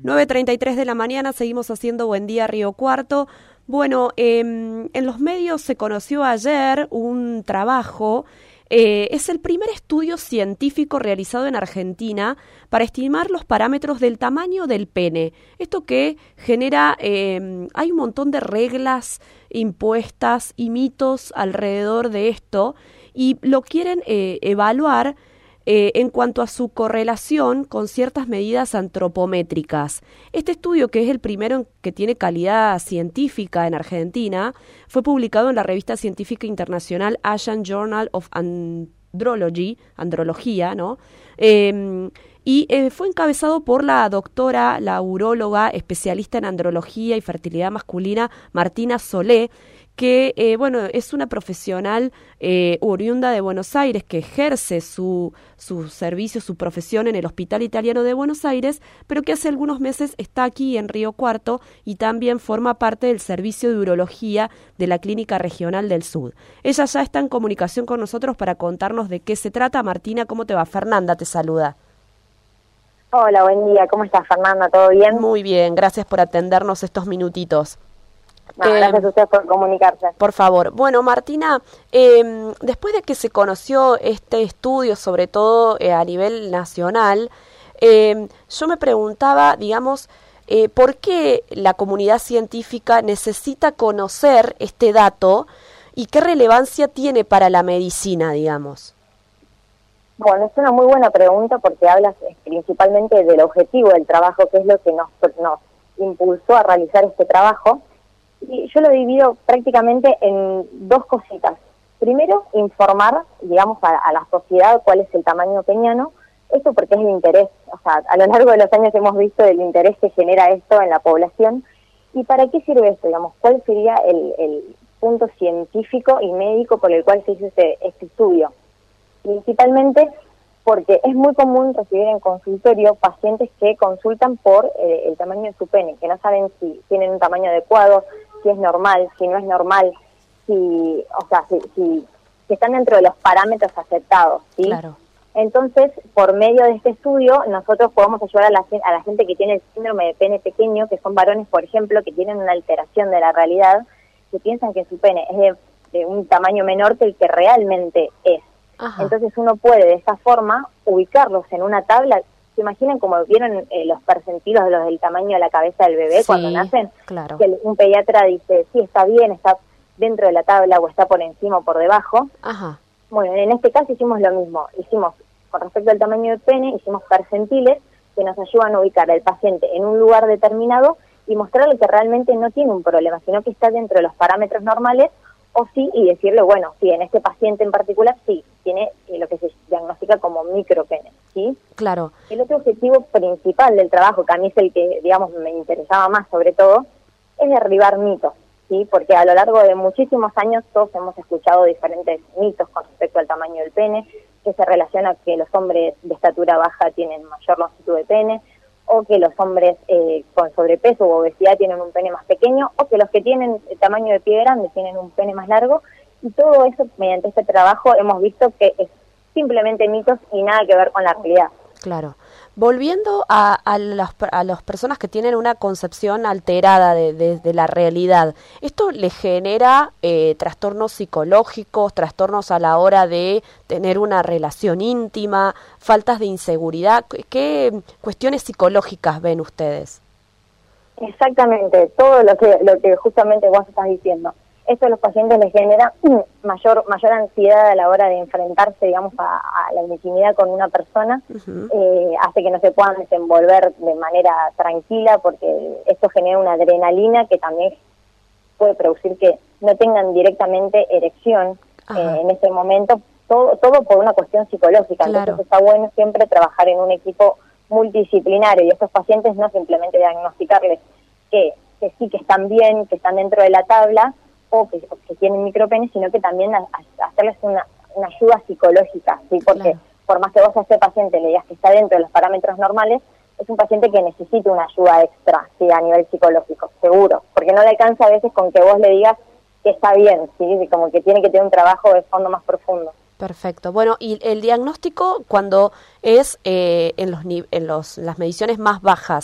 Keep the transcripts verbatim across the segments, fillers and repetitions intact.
nueve treinta y tres de la mañana, seguimos haciendo Buen Día Río Cuarto. Bueno, eh, en los medios se conoció ayer un trabajo, eh, es el primer estudio científico realizado en Argentina para estimar los parámetros del tamaño del pene. Esto que genera, eh, hay un montón de reglas impuestas y mitos alrededor de esto y lo quieren eh, evaluar Eh, en cuanto a su correlación con ciertas medidas antropométricas. Este estudio, que es el primero que tiene calidad científica en Argentina, fue publicado en la revista científica internacional Asian Journal of Andrology, andrología, ¿no? Eh, y eh, fue encabezado por la doctora, la uróloga, especialista en andrología y fertilidad masculina, Martina Solé, que eh, bueno, es una profesional eh, oriunda de Buenos Aires que ejerce su, su servicio, su profesión en el Hospital Italiano de Buenos Aires, pero que hace algunos meses está aquí en Río Cuarto y también forma parte del servicio de urología de la Clínica Regional del Sur. Ella ya está en comunicación con nosotros para contarnos de qué se trata. Martina, ¿cómo te va? Fernanda te saluda. Hola, buen día. ¿Cómo estás, Fernanda? ¿Todo bien? Muy bien, gracias por atendernos estos minutitos. No, eh, gracias a ustedes por comunicarse. Por favor. Bueno, Martina, eh, después de que se conoció este estudio, sobre todo eh, a nivel nacional, eh, yo me preguntaba, digamos, eh, ¿por qué la comunidad científica necesita conocer este dato y qué relevancia tiene para la medicina, digamos? Bueno, es una muy buena pregunta porque hablas principalmente del objetivo del trabajo, que es lo que nos, nos impulsó a realizar este trabajo. Y yo lo divido prácticamente en dos cositas. Primero, informar, digamos, a, a la sociedad cuál es el tamaño peniano. Esto porque es de interés. O sea, a lo largo de los años hemos visto el interés que genera esto en la población. ¿Y para qué sirve esto? Digamos, ¿cuál sería el, el punto científico y médico por el cual se hizo este, este estudio? Principalmente porque es muy común recibir en consultorio pacientes que consultan por eh, el tamaño de su pene, que no saben si tienen un tamaño adecuado, si es normal, si no es normal, si, o sea, si, si, si están dentro de los parámetros aceptados, ¿sí? Claro. Entonces, por medio de este estudio, nosotros podemos ayudar a la, a la gente que tiene el síndrome de pene pequeño, que son varones, por ejemplo, que tienen una alteración de la realidad, que piensan que su pene es de, de un tamaño menor que el que realmente es. Ajá. Entonces uno puede de esta forma ubicarlos en una tabla. ¿Se imaginan como vieron eh, los percentilos de los del tamaño de la cabeza del bebé, sí, cuando nacen? Claro. Que el, un pediatra dice, sí, está bien, está dentro de la tabla o está por encima o por debajo. Ajá. Bueno, en este caso hicimos lo mismo. Hicimos, con respecto al tamaño del pene, hicimos percentiles que nos ayudan a ubicar al paciente en un lugar determinado y mostrarle que realmente no tiene un problema, sino que está dentro de los parámetros normales, o sí, y decirle, bueno, sí, en este paciente en particular, sí, tiene eh, lo que se diagnostica como micropene, ¿sí? Claro. El otro objetivo principal del trabajo, que a mí es el que, digamos, me interesaba más sobre todo, es derribar mitos, ¿sí? Porque a lo largo de muchísimos años todos hemos escuchado diferentes mitos con respecto al tamaño del pene, que se relaciona que los hombres de estatura baja tienen mayor longitud de pene, o que los hombres eh, con sobrepeso u obesidad tienen un pene más pequeño, o que los que tienen el tamaño de pie grande tienen un pene más largo, y todo eso, mediante este trabajo, hemos visto que es simplemente mitos y nada que ver con la realidad. Claro. Volviendo a, a, las, a las personas que tienen una concepción alterada de, de, de la realidad, ¿esto le genera eh, trastornos psicológicos, trastornos a la hora de tener una relación íntima, faltas de inseguridad? ¿Qué cuestiones psicológicas ven ustedes? Exactamente, todo lo que, lo que justamente vos estás diciendo. Esto a los pacientes les genera mayor mayor ansiedad a la hora de enfrentarse, digamos, a, a la intimidad con una persona, uh-huh. eh, hace que no se puedan desenvolver de manera tranquila, porque esto genera una adrenalina que también puede producir que no tengan directamente erección eh, en ese momento, todo, todo por una cuestión psicológica. Claro. Entonces está bueno siempre trabajar en un equipo multidisciplinario y a estos pacientes no simplemente diagnosticarles que, que sí, que están bien, que están dentro de la tabla, o que, o que tienen micropene, sino que también a, a hacerles una, una ayuda psicológica, ¿sí? Porque claro, por más que vos a este paciente le digas que está dentro de los parámetros normales, es un paciente que necesita una ayuda extra, ¿sí? A nivel psicológico, seguro, porque no le alcanza a veces con que vos le digas que está bien, ¿sí? Como que tiene que tener un trabajo de fondo más profundo. Perfecto. Bueno, y el diagnóstico cuando es eh, en los en los las mediciones más bajas,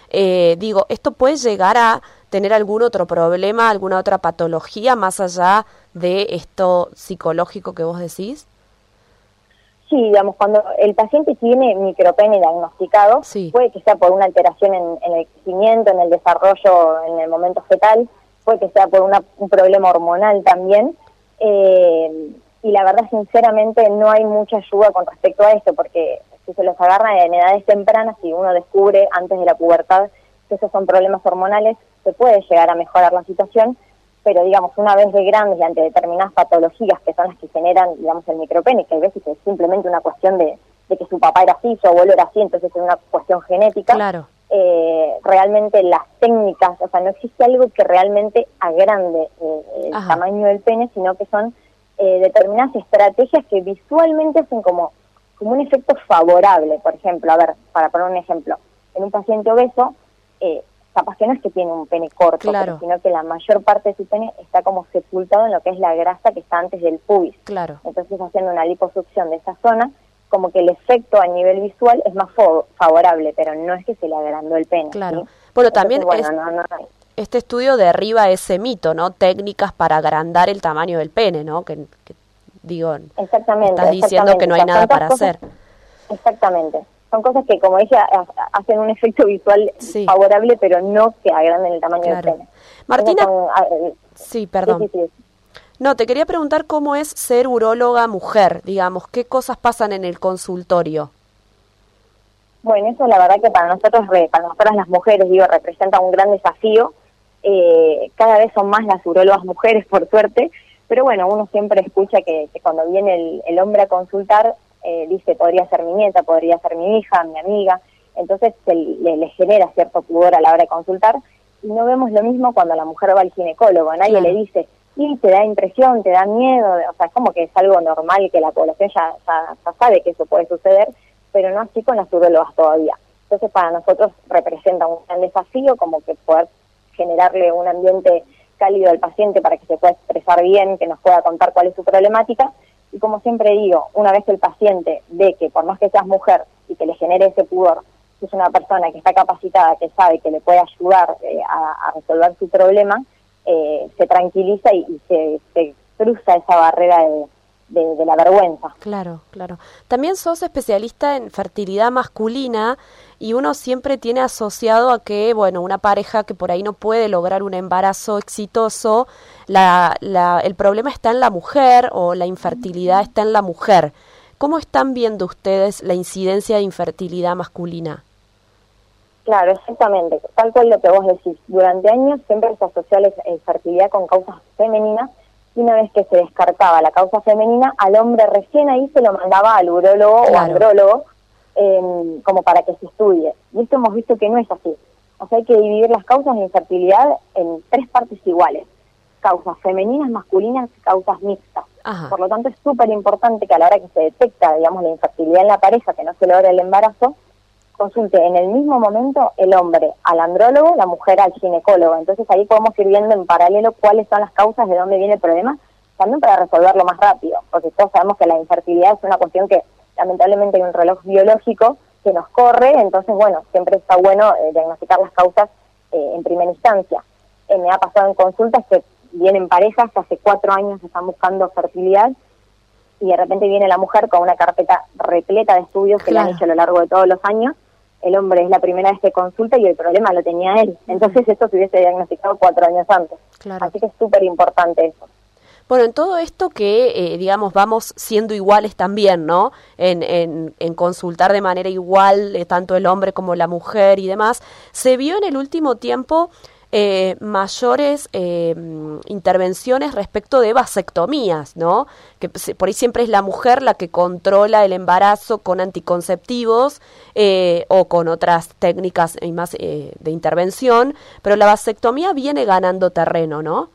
Eh, digo, ¿esto puede llegar a tener algún otro problema, alguna otra patología más allá de esto psicológico que vos decís? Sí, digamos, cuando el paciente tiene micropene diagnosticado, sí. puede que sea por una alteración en, en el crecimiento, en el desarrollo, en el momento fetal, puede que sea por una, un problema hormonal también, eh, y la verdad, sinceramente, no hay mucha ayuda con respecto a esto, porque si se los agarra en edades tempranas, si uno descubre antes de la pubertad que esos son problemas hormonales, se puede llegar a mejorar la situación, pero digamos, una vez de grandes y ante determinadas patologías que son las que generan, digamos, el micropene, que a veces es simplemente una cuestión de, de que su papá era así, su abuelo era así, entonces es una cuestión genética, claro. eh, realmente las técnicas, o sea, no existe algo que realmente agrande eh, el Ajá. tamaño del pene, sino que son eh, determinadas estrategias que visualmente hacen como, como un efecto favorable. Por ejemplo, a ver, para poner un ejemplo, en un paciente obeso, eh, capaz que no es que tiene un pene corto, claro. pero sino que la mayor parte de su pene está como sepultado en lo que es la grasa que está antes del pubis. Claro. Entonces, haciendo una liposucción de esa zona, como que el efecto a nivel visual es más favorable, pero no es que se le agrandó el pene. Claro. ¿sí? Bueno, Entonces, también bueno, es, no, no, no. este estudio derriba ese mito, ¿no? Técnicas para agrandar el tamaño del pene, ¿no? Que, que digo, exactamente, estás diciendo exactamente. que no hay o sea, nada para cosas, hacer. Exactamente. Son cosas que, como dije, hacen un efecto visual sí. favorable, pero no que agranden el tamaño claro. del pene. Martina, son, eh, sí, perdón. Sí, sí, sí. No, te quería preguntar cómo es ser uróloga mujer, digamos, qué cosas pasan en el consultorio. Bueno, eso la verdad que para nosotros, para nosotras las mujeres, digo, representa un gran desafío. Eh, cada vez son más las urólogas mujeres, por suerte, pero bueno, uno siempre escucha que, que cuando viene el, el hombre a consultar, eh, dice, podría ser mi nieta, podría ser mi hija, mi amiga, entonces se, le, le genera cierto pudor a la hora de consultar, y no vemos lo mismo cuando la mujer va al ginecólogo, nadie claro. le dice, y te da impresión, te da miedo, o sea, como que es algo normal que la población ya, ya, ya sabe que eso puede suceder, pero no así con las urólogas todavía. Entonces para nosotros representa un gran desafío, como que poder generarle un ambiente cálido al paciente para que se pueda expresar bien, que nos pueda contar cuál es su problemática, y como siempre digo, una vez que el paciente ve que por más que seas mujer y que le genere ese pudor, que es una persona que está capacitada, que sabe que le puede ayudar eh, a, a resolver su problema, eh, se tranquiliza y, y se, se cruza esa barrera de, de, de la vergüenza. Claro, claro. También sos especialista en fertilidad masculina y uno siempre tiene asociado a que, bueno, una pareja que por ahí no puede lograr un embarazo exitoso, la, la, el problema está en la mujer o la infertilidad está en la mujer. ¿Cómo están viendo ustedes la incidencia de infertilidad masculina? Claro, exactamente, tal cual lo que vos decís. Durante años siempre se asoció la infertilidad con causas femeninas, y una vez que se descartaba la causa femenina, al hombre recién ahí se lo mandaba al urólogo claro. o andrólogo eh, como para que se estudie. Y esto hemos visto que no es así. O sea, hay que dividir las causas de infertilidad en tres partes iguales. Causas femeninas, masculinas y causas mixtas. Ajá. Por lo tanto, es súper importante que a la hora que se detecta, digamos, la infertilidad en la pareja, que no se logra el embarazo, consulte en el mismo momento el hombre al andrólogo, la mujer al ginecólogo. Entonces ahí podemos ir viendo en paralelo cuáles son las causas, de dónde viene el problema, también para resolverlo más rápido, porque todos sabemos que la infertilidad es una cuestión que lamentablemente hay un reloj biológico que nos corre, entonces bueno, siempre está bueno eh, diagnosticar las causas eh, en primera instancia. Eh, me ha pasado en consultas que vienen parejas que hace cuatro años están buscando fertilidad, y de repente viene la mujer con una carpeta repleta de estudios que claro. le han hecho a lo largo de todos los años. El hombre es la primera vez que consulta y el problema lo tenía él. Entonces esto se hubiese diagnosticado cuatro años antes. Claro. Así que es súper importante eso. Bueno, en todo esto que, eh, digamos, vamos siendo iguales también, ¿no? En, en, en consultar de manera igual, eh, tanto el hombre como la mujer y demás, se vio en el último tiempo eh, mayores eh, intervenciones respecto de vasectomías, ¿no? Que por ahí siempre es la mujer la que controla el embarazo con anticonceptivos eh, o con otras técnicas y más eh, de intervención, pero la vasectomía viene ganando terreno, ¿no?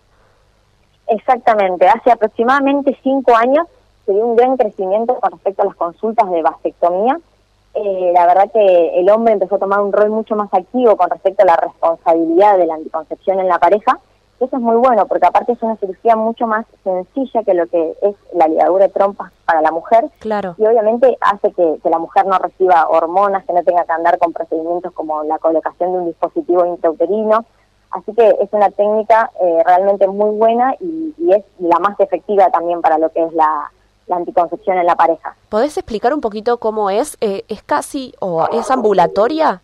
Exactamente. Hace aproximadamente cinco años se dio un gran crecimiento con respecto a las consultas de vasectomía. Eh, la verdad que el hombre empezó a tomar un rol mucho más activo con respecto a la responsabilidad de la anticoncepción en la pareja, Eso es muy bueno, porque aparte es una cirugía mucho más sencilla que lo que es la ligadura de trompas para la mujer. Claro. Y obviamente hace que, que la mujer no reciba hormonas, que no tenga que andar con procedimientos como la colocación de un dispositivo intrauterino. Así que es una técnica eh, realmente muy buena y, y es la más efectiva también para lo que es la, la anticoncepción en la pareja. ¿Podés explicar un poquito cómo es? Eh, ¿Es casi o es ambulatoria?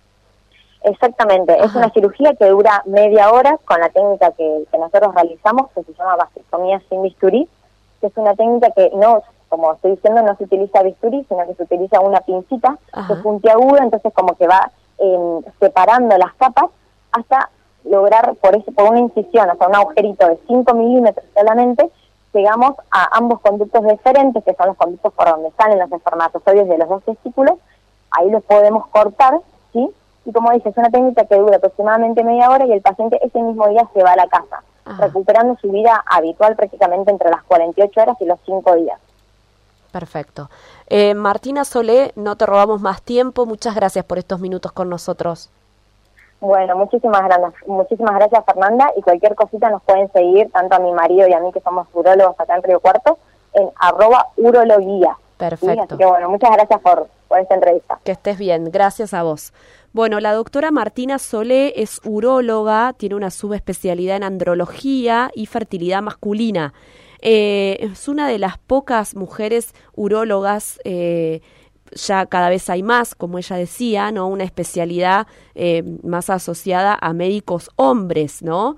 Exactamente, Ajá. Es una cirugía que dura media hora con la técnica que, que nosotros realizamos, que se llama vasectomía sin bisturí, que es una técnica que no, como estoy diciendo, no se utiliza bisturí, sino que se utiliza una pincita Ajá. que es puntiaguda, entonces como que va eh, separando las capas hasta lograr por ese, por una incisión, o sea, un agujerito de cinco milímetros solamente, llegamos a ambos conductos deferentes, que son los conductos por donde salen los espermatozoides de los dos testículos, ahí los podemos cortar, ¿sí? Y como dice, es una técnica que dura aproximadamente media hora y el paciente ese mismo día se va a la casa, Ajá. recuperando su vida habitual prácticamente entre las cuarenta y ocho horas y los cinco días. Perfecto. Eh, Martina Solé, no te robamos más tiempo, muchas gracias por estos minutos con nosotros. Bueno, muchísimas gracias, muchísimas gracias Fernanda, y cualquier cosita nos pueden seguir, tanto a mi marido y a mí que somos urólogos acá en Río Cuarto, en arroba urologuía. Perfecto. ¿Sí? Así que bueno, muchas gracias por, por esta entrevista. Que estés bien, gracias a vos. Bueno, la doctora Martina Solé es uróloga, tiene una subespecialidad en andrología y fertilidad masculina. Eh, es una de las pocas mujeres urólogas, eh, ya cada vez hay más, como ella decía, ¿no? Una especialidad eh, más asociada a médicos hombres, ¿no?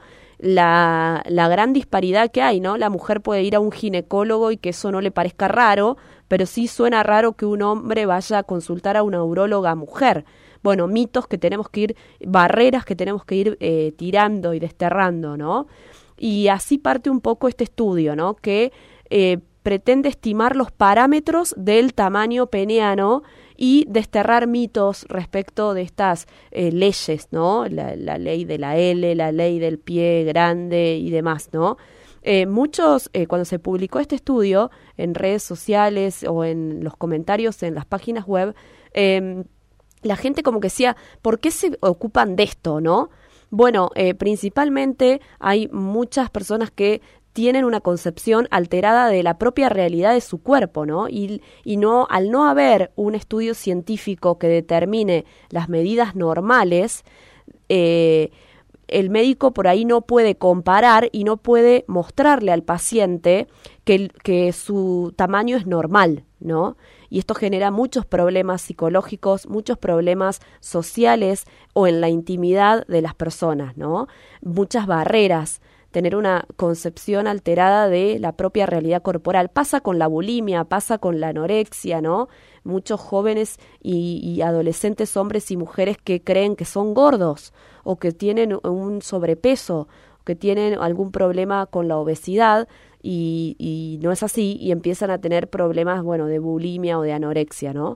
La, la gran disparidad que hay, ¿no? La mujer puede ir a un ginecólogo y que eso no le parezca raro, pero sí suena raro que un hombre vaya a consultar a una uróloga mujer. Bueno, mitos que tenemos que ir, barreras que tenemos que ir eh, tirando y desterrando, ¿no? Y así parte un poco este estudio, ¿no? Que eh, pretende estimar los parámetros del tamaño peneano y desterrar mitos respecto de estas eh, leyes, ¿no? La, la ley de la L, la ley del pie grande y demás, ¿no? Eh, muchos, eh, cuando se publicó este estudio en redes sociales o en los comentarios en las páginas web, eh, la gente como que decía, ¿por qué se ocupan de esto, no? Bueno, eh, principalmente hay muchas personas que tienen una concepción alterada de la propia realidad de su cuerpo, ¿no? Y, y no, al no haber un estudio científico que determine las medidas normales, eh, el médico por ahí no puede comparar y no puede mostrarle al paciente que, que su tamaño es normal, ¿no? Y esto genera muchos problemas psicológicos, muchos problemas sociales o en la intimidad de las personas, ¿no? Muchas barreras, tener una concepción alterada de la propia realidad corporal. Pasa con la bulimia, pasa con la anorexia, ¿no? Muchos jóvenes y, y adolescentes, hombres y mujeres que creen que son gordos o que tienen un sobrepeso, que tienen algún problema con la obesidad y, y no es así y empiezan a tener problemas, bueno, de bulimia o de anorexia, ¿no?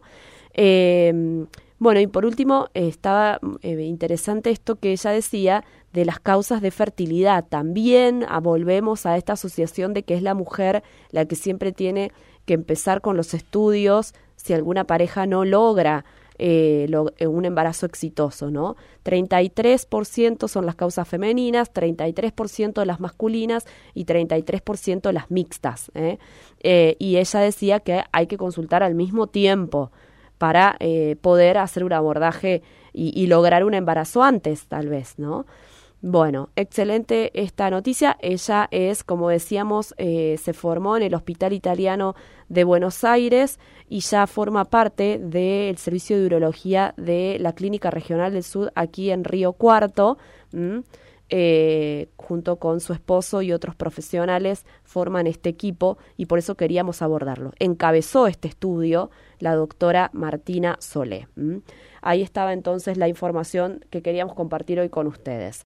Eh, bueno, y por último, eh, estaba eh, interesante esto que ella decía de las causas de fertilidad. También ah, volvemos a esta asociación de que es la mujer la que siempre tiene que empezar con los estudios si alguna pareja no logra eh, lo, eh, un embarazo exitoso, ¿no? treinta y tres por ciento son las causas femeninas, treinta y tres por ciento las masculinas y treinta y tres por ciento las mixtas, ¿eh? Eh, y ella decía que hay que consultar al mismo tiempo para eh, poder hacer un abordaje y, y lograr un embarazo antes, tal vez, ¿no? Bueno, excelente esta noticia. Ella es, como decíamos, eh, se formó en el Hospital Italiano de Buenos Aires y ya forma parte del servicio de urología de la Clínica Regional del Sur aquí en Río Cuarto. ¿m? Eh, junto con su esposo y otros profesionales forman este equipo y por eso queríamos abordarlo. Encabezó este estudio la doctora Martina Solé. ¿m? Ahí estaba entonces la información que queríamos compartir hoy con ustedes.